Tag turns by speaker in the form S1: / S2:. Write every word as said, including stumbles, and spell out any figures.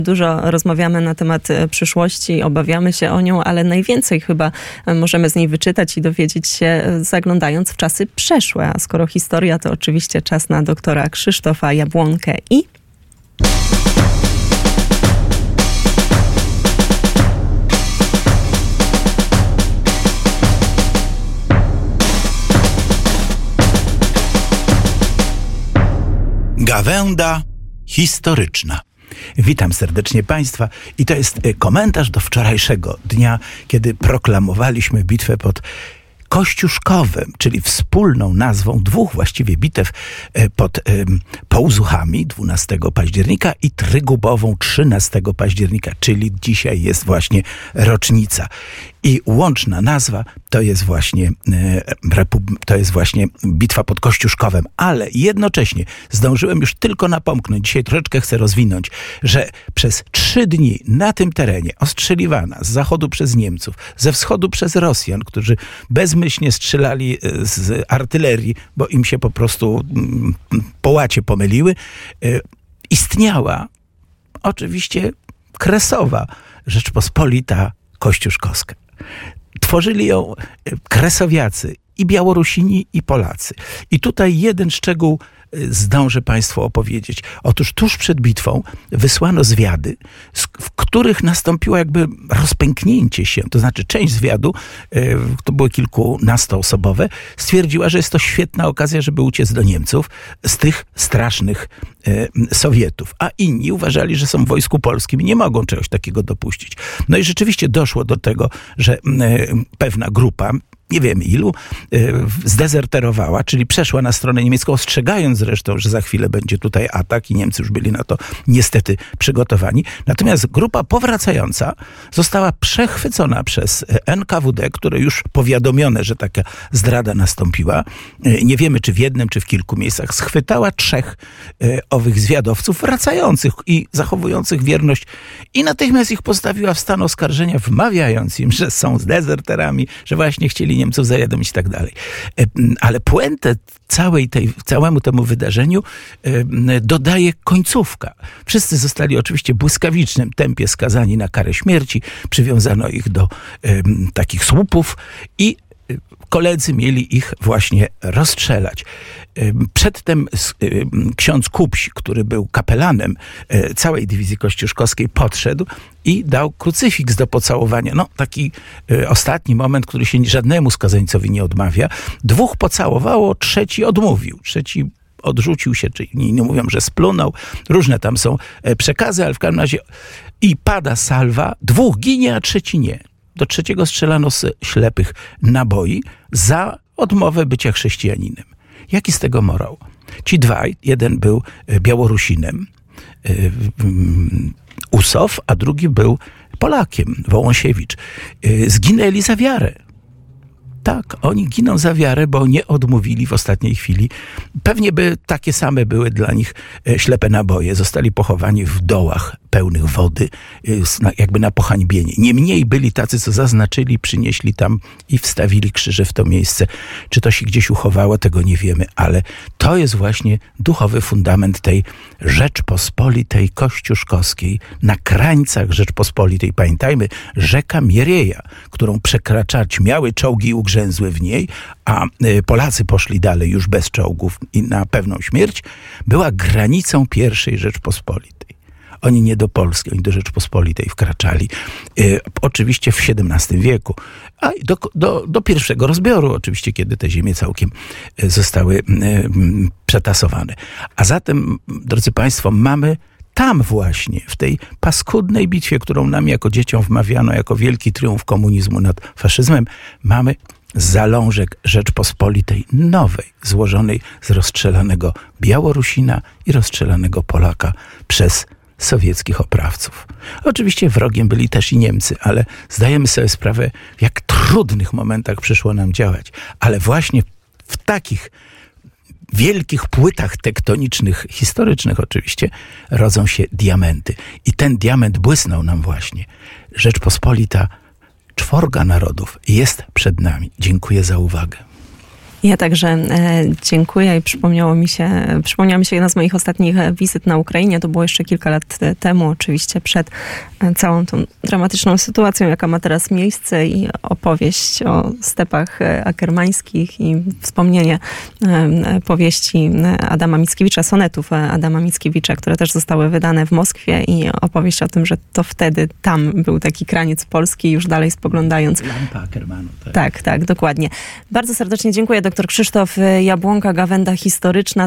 S1: Dużo rozmawiamy na temat przyszłości, obawiamy się o nią, ale najwięcej chyba możemy z niej wyczytać i dowiedzieć się, zaglądając w czasy przeszłe. A skoro historia, to oczywiście czas na doktora Krzysztofa Jabłonkę i...
S2: Gawęda historyczna. Witam serdecznie Państwa i to jest komentarz do wczorajszego dnia, kiedy proklamowaliśmy bitwę pod Kościuszkowem, czyli wspólną nazwą dwóch właściwie bitew pod Połzuchami dwunastego października i Trygubową trzynastego października, czyli dzisiaj jest właśnie rocznica. I łączna nazwa to jest właśnie to jest właśnie bitwa pod Kościuszkowem, ale jednocześnie zdążyłem już tylko napomknąć, dzisiaj troszeczkę chcę rozwinąć, że przez trzy dni na tym terenie ostrzeliwana z zachodu przez Niemców, ze wschodu przez Rosjan, którzy bezmyślnie strzelali z artylerii, bo im się po prostu połacie pomyliły, istniała oczywiście kresowa Rzeczpospolita Kościuszkowska. Tworzyli ją kresowiacy i Białorusini, i Polacy. I tutaj jeden szczegół zdążę Państwu opowiedzieć. Otóż tuż przed bitwą wysłano zwiady, w których nastąpiło jakby rozpęknięcie się. To znaczy część zwiadu, to były kilkunastoosobowe, stwierdziła, że jest to świetna okazja, żeby uciec do Niemców z tych strasznych Sowietów. A inni uważali, że są w Wojsku Polskim i nie mogą czegoś takiego dopuścić. No i rzeczywiście doszło do tego, że pewna grupa, nie wiemy ilu, zdezerterowała, czyli przeszła na stronę niemiecką, ostrzegając zresztą, że za chwilę będzie tutaj atak i Niemcy już byli na to niestety przygotowani. Natomiast grupa powracająca została przechwycona przez N K W D, które już powiadomione, że taka zdrada nastąpiła, nie wiemy czy w jednym, czy w kilku miejscach, schwytała trzech owych zwiadowców wracających i zachowujących wierność i natychmiast ich postawiła w stan oskarżenia, wmawiając im, że są dezerterami, że właśnie chcieli Niemców zawiadomić i tak dalej. Ale puentę całej tej, całemu temu wydarzeniu dodaje końcówka. Wszyscy zostali oczywiście w błyskawicznym tempie skazani na karę śmierci, przywiązano ich do um, takich słupów i koledzy mieli ich właśnie rozstrzelać. Przedtem ksiądz Kupś, który był kapelanem całej dywizji kościuszkowskiej, podszedł i dał krucyfiks do pocałowania. No, taki ostatni moment, który się żadnemu skazańcowi nie odmawia. Dwóch pocałowało, trzeci odmówił. Trzeci odrzucił się, czyli nie mówią, że splunął. Różne tam są przekazy, ale w każdym razie i pada salwa. Dwóch ginie, a trzeci nie. Do trzeciego strzelano z ślepych naboi za odmowę bycia chrześcijaninem. Jaki z tego morał? Ci dwaj, jeden był Białorusinem, Usow, a drugi był Polakiem, Wołąsiewicz. Zginęli za wiarę. Tak, oni giną za wiarę, bo nie odmówili w ostatniej chwili. Pewnie by takie same były dla nich ślepe naboje. Zostali pochowani w dołach pełnych wody, jakby na pohańbienie. Niemniej byli tacy, co zaznaczyli, przynieśli tam i wstawili krzyże w to miejsce. Czy to się gdzieś uchowało, tego nie wiemy, ale to jest właśnie duchowy fundament tej Rzeczpospolitej Kościuszkowskiej. Na krańcach Rzeczpospolitej, pamiętajmy, rzeka Miereja, którą przekraczać miały czołgi i ugrzęzły w niej, a Polacy poszli dalej już bez czołgów i na pewną śmierć, była granicą pierwszej Rzeczpospolitej. Oni nie do Polski, oni do Rzeczpospolitej wkraczali. E, oczywiście w siedemnastym wieku, a do, do, do pierwszego rozbioru oczywiście, kiedy te ziemie całkiem zostały e, przetasowane. A zatem, drodzy Państwo, mamy tam właśnie, w tej paskudnej bitwie, którą nam jako dzieciom wmawiano jako wielki triumf komunizmu nad faszyzmem, mamy zalążek Rzeczpospolitej nowej, złożonej z rozstrzelanego Białorusina i rozstrzelanego Polaka przez sowieckich oprawców. Oczywiście wrogiem byli też i Niemcy, ale zdajemy sobie sprawę, w jak trudnych momentach przyszło nam działać. Ale właśnie w takich wielkich płytach tektonicznych, historycznych oczywiście, rodzą się diamenty. I ten diament błysnął nam właśnie. Rzeczpospolita czworga narodów jest przed nami. Dziękuję za uwagę.
S1: Ja także e, dziękuję i przypomniało mi się, przypomniała mi się jedna z moich ostatnich wizyt na Ukrainie. To było jeszcze kilka lat temu, oczywiście przed całą tą dramatyczną sytuacją, jaka ma teraz miejsce, i opowieść o stepach akermańskich i wspomnienie e, powieści Adama Mickiewicza, sonetów Adama Mickiewicza, które też zostały wydane w Moskwie, i opowieść o tym, że to wtedy tam był taki kraniec Polski, już dalej spoglądając.
S2: Lampa Ackermanu. Tak,
S1: tak, tak, dokładnie. Bardzo serdecznie dziękuję. Doktor Krzysztof Jabłonka, Gawenda Historyczna.